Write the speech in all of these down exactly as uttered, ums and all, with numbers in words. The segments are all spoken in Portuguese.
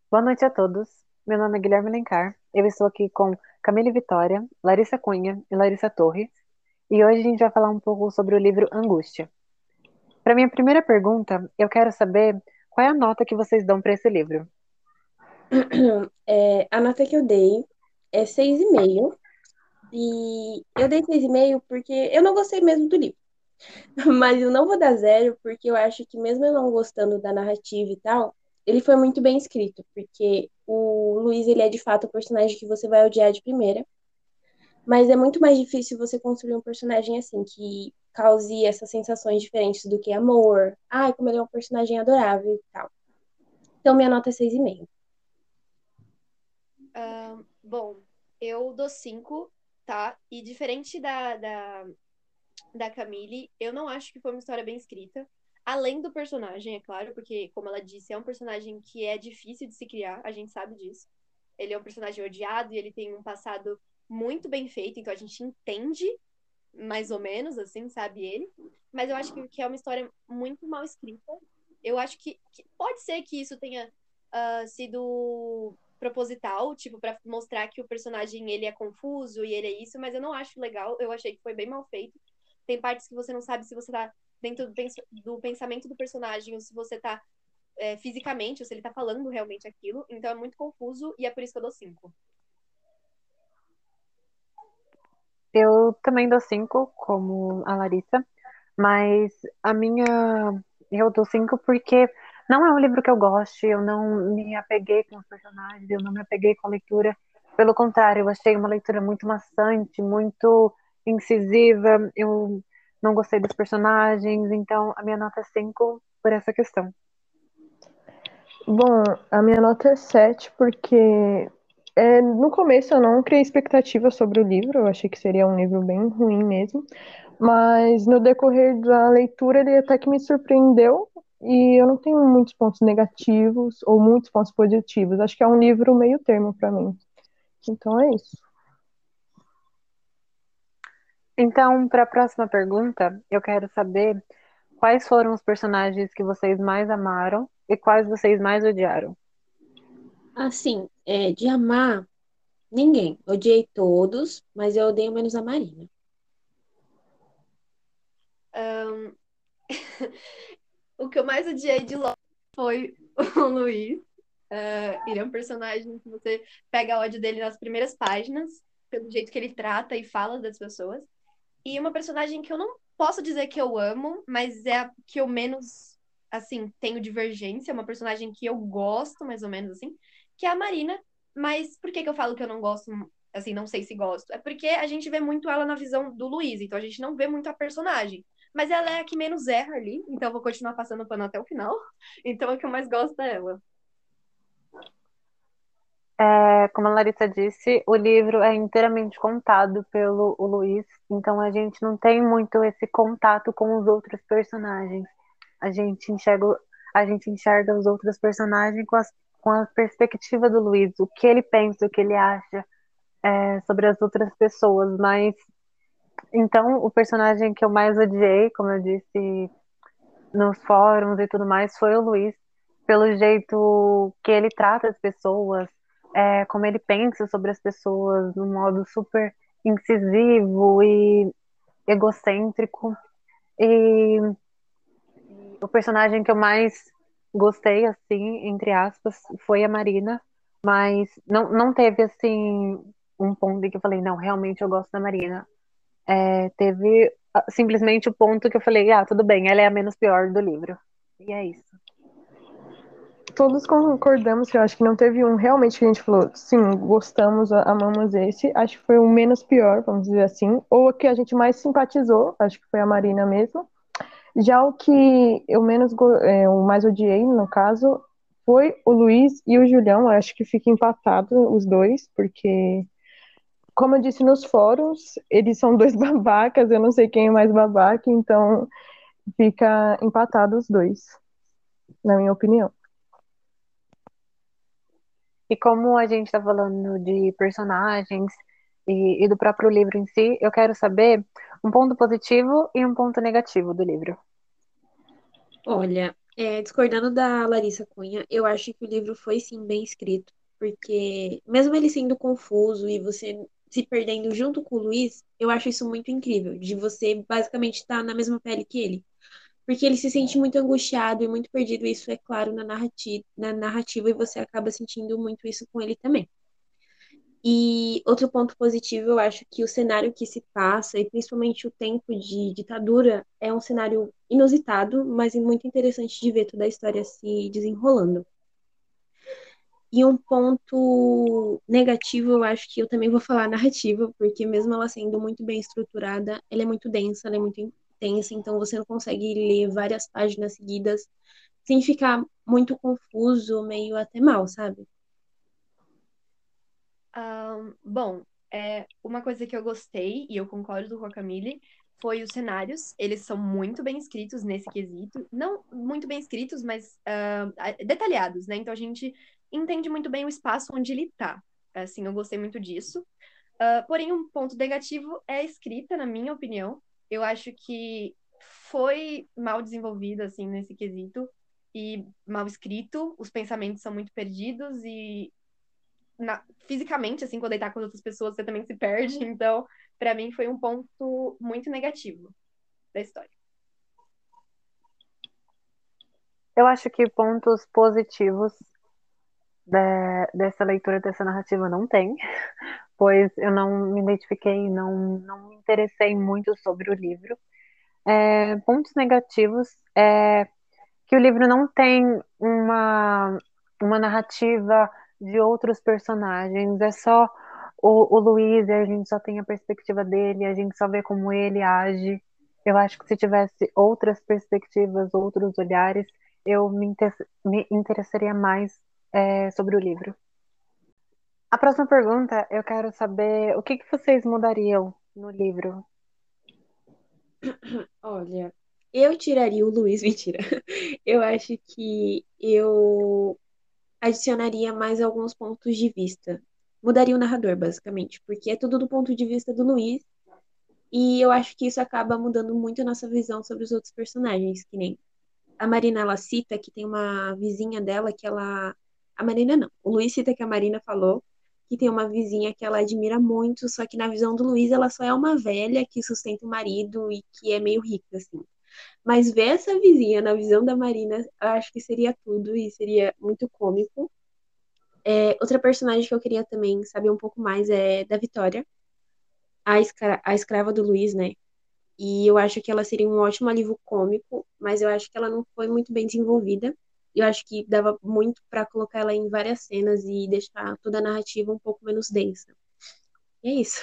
Boa noite a todos. Meu nome é Guilherme Lencar. Eu estou aqui com Camille Vitória, Larissa Cunha e Larissa Torres. E hoje a gente vai falar um pouco sobre o livro Angústia. Para minha primeira pergunta, eu quero saber qual é a nota que vocês dão para esse livro. É, a nota que eu dei é seis e meio. E eu dei seis e meio porque eu não gostei mesmo do livro. Mas eu não vou dar zero porque eu acho que mesmo eu não gostando da narrativa e tal, ele foi muito bem escrito. Porque o Luiz, ele é de fato o personagem que você vai odiar de primeira. Mas é muito mais difícil você construir um personagem assim, que cause essas sensações diferentes do que amor. Ai, como ele é um personagem adorável e tal. Então minha nota é seis e meio. Ah, bom, eu dou cinco, tá? E diferente da, da, da Camille, eu não acho que foi uma história bem escrita. Além do personagem, é claro, porque, como ela disse, é um personagem que é difícil de se criar, a gente sabe disso. Ele é um personagem odiado e ele tem um passado muito bem feito, então a gente entende mais ou menos, assim, sabe ele. Mas eu acho que, que é uma história muito mal escrita. Eu acho que, que pode ser que isso tenha ah, sido proposital, tipo, para mostrar que o personagem ele é confuso e ele é isso, mas eu não acho legal. Eu achei que foi bem mal feito. Tem partes que você não sabe se você tá dentro do, pens do pensamento do personagem ou se você tá é, fisicamente, ou se ele tá falando realmente aquilo. Então é muito confuso e é por isso que eu dou cinco. Eu também dou cinco, como a Larissa, mas a minha. Eu dou cinco porque não é um livro que eu goste, eu não me apeguei com os personagens, eu não me apeguei com a leitura. Pelo contrário, eu achei uma leitura muito maçante, muito incisiva, eu não gostei dos personagens, então a minha nota é cinco por essa questão. Bom, a minha nota é sete porque é, no começo eu não criei expectativa sobre o livro, eu achei que seria um livro bem ruim mesmo, mas no decorrer da leitura ele até que me surpreendeu e eu não tenho muitos pontos negativos ou muitos pontos positivos. Acho que é um livro meio termo para mim. Então é isso. Então, para a próxima pergunta, eu quero saber quais foram os personagens que vocês mais amaram e quais vocês mais odiaram. Assim, é, de amar, ninguém. Odiei todos, mas eu odeio menos a Marina. Um, o que eu mais odiei de Loki foi o Luiz. Uh, ele é um personagem que você pega ódio dele nas primeiras páginas, pelo jeito que ele trata e fala das pessoas. E uma personagem que eu não posso dizer que eu amo, mas é a que eu menos, assim, tenho divergência. É uma personagem que eu gosto, mais ou menos assim, que é a Marina. Mas por que que eu falo que eu não gosto, assim, não sei se gosto? É porque a gente vê muito ela na visão do Luiz, então a gente não vê muito a personagem. Mas ela é a que menos erra ali, então eu vou continuar passando pano até o final. Então a que eu mais gosto é ela. É, como a Larissa disse, o livro é inteiramente contado pelo o Luiz, então a gente não tem muito esse contato com os outros personagens. A gente enxerga, a gente enxerga os outros personagens com, as, com a perspectiva do Luiz, o que ele pensa, o que ele acha, é, sobre as outras pessoas. Mas então o personagem que eu mais odiei, como eu disse nos fóruns e tudo mais, foi o Luiz, pelo jeito que ele trata as pessoas, é, como ele pensa sobre as pessoas, de um modo super incisivo e egocêntrico. E o personagem que eu mais gostei, assim, entre aspas, foi a Marina, mas não, não teve, assim, um ponto em que eu falei, não, realmente eu gosto da Marina. É, teve ah, simplesmente o ponto que eu falei, ah, tudo bem, ela é a menos pior do livro. E é isso. Todos concordamos que eu acho que não teve um realmente que a gente falou, sim, gostamos, amamos esse. Acho que foi o menos pior, vamos dizer assim. Ou o que a gente mais simpatizou, acho que foi a Marina mesmo. Já o que eu menos, é, o mais odiei, no caso, foi o Luiz e o Julião. Eu acho que fica empatado os dois, porque, como eu disse nos fóruns, eles são dois babacas, eu não sei quem é mais babaca, então fica empatado os dois, na minha opinião. E como a gente está falando de personagens e, e do próprio livro em si, eu quero saber um ponto positivo e um ponto negativo do livro. Olha, É, discordando da Larissa Cunha, eu acho que o livro foi sim bem escrito, porque mesmo ele sendo confuso e você se perdendo junto com o Luiz, eu acho isso muito incrível, de você basicamente estar na mesma pele que ele. Porque ele se sente muito angustiado e muito perdido, e isso é claro na narrativa, na narrativa, e você acaba sentindo muito isso com ele também. E outro ponto positivo, eu acho que o cenário que se passa, e principalmente o tempo de ditadura, é um cenário inusitado, mas muito interessante de ver toda a história se desenrolando. E um ponto negativo, eu acho que eu também vou falar a narrativa, porque mesmo ela sendo muito bem estruturada, ela é muito densa, ela é muito intensa, então você não consegue ler várias páginas seguidas sem ficar muito confuso, meio até mal, sabe? Ahn, bom, é, uma coisa que eu gostei, e eu concordo com a Camille, foi os cenários. Eles são muito bem escritos nesse quesito. Não muito bem escritos, mas ah, ah, detalhados, né? Então a gente entende muito bem o espaço onde ele tá. Assim, eu gostei muito disso. Ah, porém, um ponto negativo é a escrita, na minha opinião. Eu acho que foi mal desenvolvida, assim, nesse quesito. E mal escrito, os pensamentos são muito perdidos e na- fisicamente, assim, quando ele tá com outras pessoas, você também se perde. Então, pra mim, foi um ponto muito negativo da história. Eu acho que pontos positivos de- dessa leitura, dessa narrativa não tem, pois eu não me identifiquei, não, não me interessei muito sobre o livro. É, pontos negativos é que o livro não tem uma, uma narrativa de outros personagens, é só o, o Luiz, e a gente só tem a perspectiva dele, a gente só vê como ele age. Eu acho que se tivesse outras perspectivas, outros olhares, eu me, inter- me interessaria mais é, sobre o livro. A próxima pergunta, eu quero saber o que que vocês mudariam no livro. Olha, eu tiraria o Luiz, mentira. Eu acho que eu adicionaria mais alguns pontos de vista. Mudaria o narrador, basicamente, porque é tudo do ponto de vista do Luiz, e eu acho que isso acaba mudando muito a nossa visão sobre os outros personagens, que nem a Marina, ela cita que tem uma vizinha dela que ela. A Marina não. O Luiz cita que a Marina falou que tem uma vizinha que ela admira muito, só que na visão do Luiz ela só é uma velha que sustenta o marido e que é meio rica, assim. Mas ver essa vizinha na visão da Marina, eu acho que seria tudo e seria muito cômico. É, outra personagem que eu queria também saber um pouco mais é da Vitória, a, escra a escrava do Luiz, né? E eu acho que ela seria um ótimo alívio cômico, mas eu acho que ela não foi muito bem desenvolvida. Eu acho que dava muito para colocar ela em várias cenas e deixar toda a narrativa um pouco menos densa. E é isso.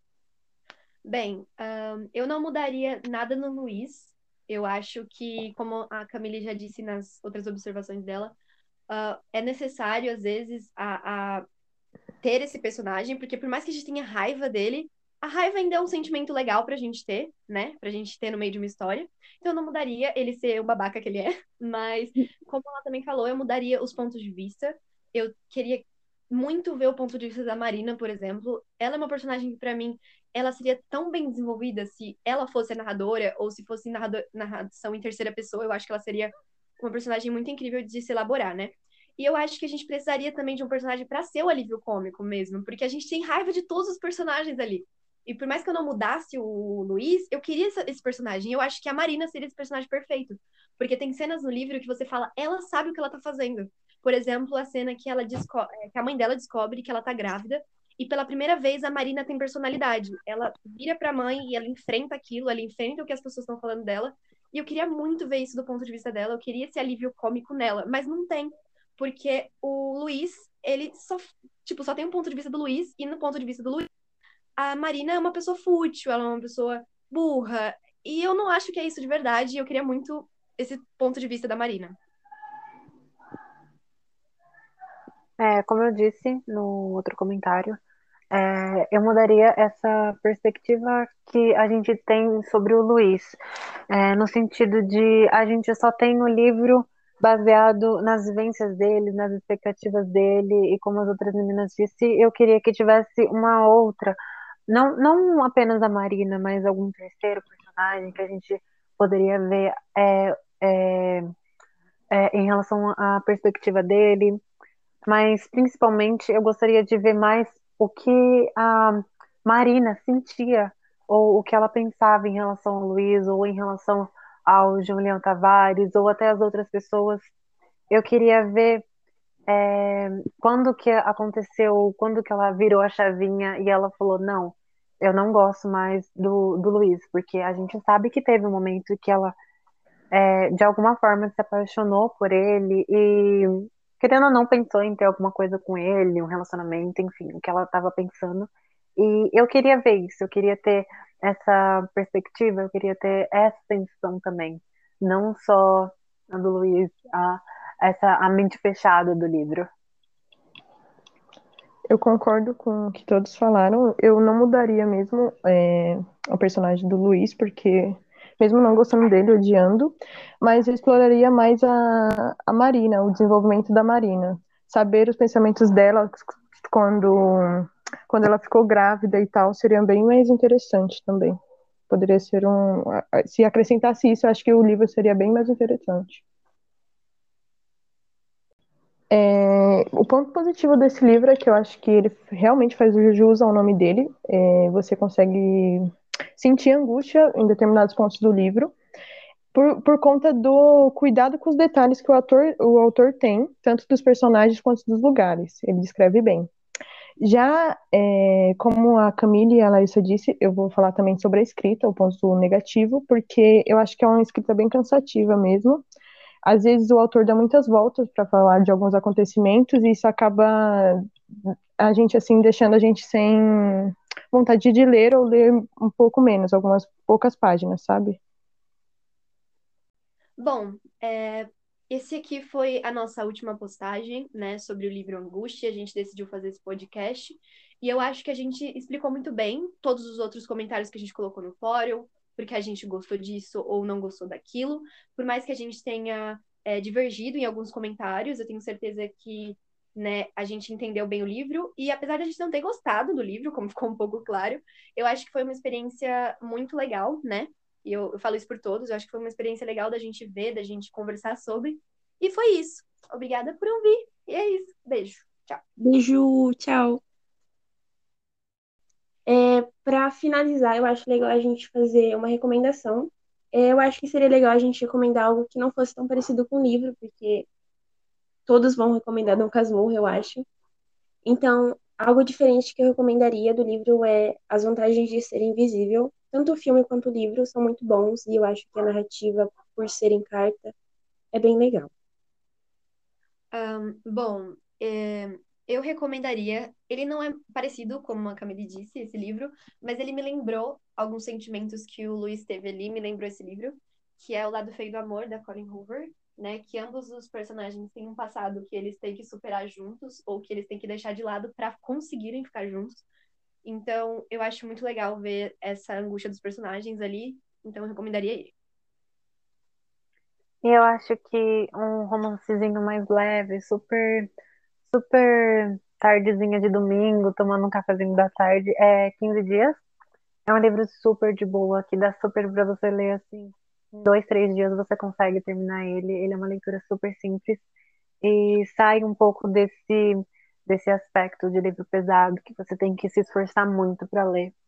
Bem, ahn, eu não mudaria nada no Luiz. Eu acho que, como a Camille já disse nas outras observações dela, ah, é necessário, às vezes, a, a ter esse personagem, porque por mais que a gente tenha raiva dele, a raiva ainda é um sentimento legal pra gente ter, né? Pra gente ter no meio de uma história. Então eu não mudaria ele ser o babaca que ele é, mas como ela também falou, eu mudaria os pontos de vista. Eu queria muito ver o ponto de vista da Marina, por exemplo. Ela é uma personagem que pra mim ela seria tão bem desenvolvida se ela fosse a narradora ou se fosse narrador, narração em terceira pessoa. Eu acho que ela seria uma personagem muito incrível de se elaborar, né? E eu acho que a gente precisaria também de um personagem para ser o alívio cômico mesmo, porque a gente tem raiva de todos os personagens ali. E por mais que eu não mudasse o Luiz, eu queria esse personagem. Eu acho que a Marina seria esse personagem perfeito. Porque tem cenas no livro que você fala, ela sabe o que ela tá fazendo. Por exemplo, a cena que ela que a mãe dela descobre que ela tá grávida. E pela primeira vez a Marina tem personalidade. Ela vira pra mãe e ela enfrenta aquilo, ela enfrenta o que as pessoas estão falando dela. E eu queria muito ver isso do ponto de vista dela, eu queria esse alívio cômico nela, mas não tem. Porque o Luiz, ele só, tipo, só tem um ponto de vista do Luiz, e no ponto de vista do Luiz, a Marina é uma pessoa fútil, ela é uma pessoa burra. E eu não acho que é isso de verdade, e eu queria muito esse ponto de vista da Marina. É, como eu disse no outro comentário, é, eu mudaria essa perspectiva que a gente tem sobre o Luiz, é, no sentido de a gente só tem o livro baseado nas vivências dele, nas expectativas dele, e como as outras meninas disse, eu queria que tivesse uma outra, não, não apenas a Marina, mas algum terceiro personagem que a gente poderia ver é, é, é, em relação à perspectiva dele, mas principalmente eu gostaria de ver mais o que a Marina sentia, ou o que ela pensava em relação ao Luiz, ou em relação ao Julião Tavares, ou até as outras pessoas. Eu queria ver é, quando que aconteceu, quando que ela virou a chavinha e ela falou, não, eu não gosto mais do, do Luiz, porque a gente sabe que teve um momento que ela é, de alguma forma se apaixonou por ele e, querendo ou não, pensou em ter alguma coisa com ele, um relacionamento, enfim, o que ela estava pensando. E eu queria ver isso, eu queria ter essa perspectiva, eu queria ter essa sensação também, não só a do Luiz, a, essa, a mente fechada do livro. Eu concordo com o que todos falaram. Eu não mudaria mesmo é, o personagem do Luiz, porque, mesmo não gostando dele, odiando, mas eu exploraria mais a, a Marina, o desenvolvimento da Marina. Saber os pensamentos dela quando, quando ela ficou grávida e tal, seria bem mais interessante também. Poderia ser um. Se acrescentasse isso, eu acho que o livro seria bem mais interessante. É, o ponto positivo desse livro é que eu acho que ele realmente faz jus ao nome dele. É, você consegue sentir angústia em determinados pontos do livro por, por conta do cuidado com os detalhes que o, ator, o autor tem, tanto dos personagens quanto dos lugares. Ele descreve bem. Já, é, como a Camille e a Larissa disse, eu vou falar também sobre a escrita, o ponto negativo, porque eu acho que é uma escrita bem cansativa mesmo. Às vezes o autor dá muitas voltas para falar de alguns acontecimentos e isso acaba a gente assim deixando a gente sem vontade de ler ou ler um pouco menos, algumas poucas páginas, sabe? Bom, é, esse aqui foi a nossa última postagem, né, sobre o livro Angústia. A gente decidiu fazer esse podcast e eu acho que a gente explicou muito bem todos os outros comentários que a gente colocou no fórum, porque a gente gostou disso ou não gostou daquilo. Por mais que a gente tenha é, divergido em alguns comentários, eu tenho certeza que, né, a gente entendeu bem o livro e apesar de a gente não ter gostado do livro, como ficou um pouco claro, eu acho que foi uma experiência muito legal, né? E eu, eu falo isso por todos, eu acho que foi uma experiência legal da gente ver, da gente conversar sobre. E foi isso. Obrigada por ouvir. E é isso. Beijo. Tchau. Beijo, tchau. É, para finalizar, eu acho legal a gente fazer uma recomendação. É, eu acho que seria legal a gente recomendar algo que não fosse tão parecido com o livro, porque todos vão recomendar Dom Casmurro, eu acho. Então, algo diferente que eu recomendaria do livro é As Vantagens de Ser Invisível. Tanto o filme quanto o livro são muito bons e eu acho que a narrativa, por ser em carta, é bem legal. Um, bom, é, eu recomendaria. Ele não é parecido, como a Camille disse, esse livro, mas ele me lembrou alguns sentimentos que o Luiz teve ali, me lembrou esse livro, que é O Lado Feio do Amor, da Colleen Hoover, né? Que ambos os personagens têm um passado que eles têm que superar juntos, ou que eles têm que deixar de lado para conseguirem ficar juntos. Então, eu acho muito legal ver essa angústia dos personagens ali, então eu recomendaria ele. E eu acho que um romancezinho mais leve, super, super tardezinha de domingo, tomando um cafezinho da tarde, é quinze dias. É um livro super de boa, que dá super pra você ler assim. Em dois, três dias você consegue terminar ele. Ele é uma leitura super simples e sai um pouco desse, desse aspecto de livro pesado que você tem que se esforçar muito para ler.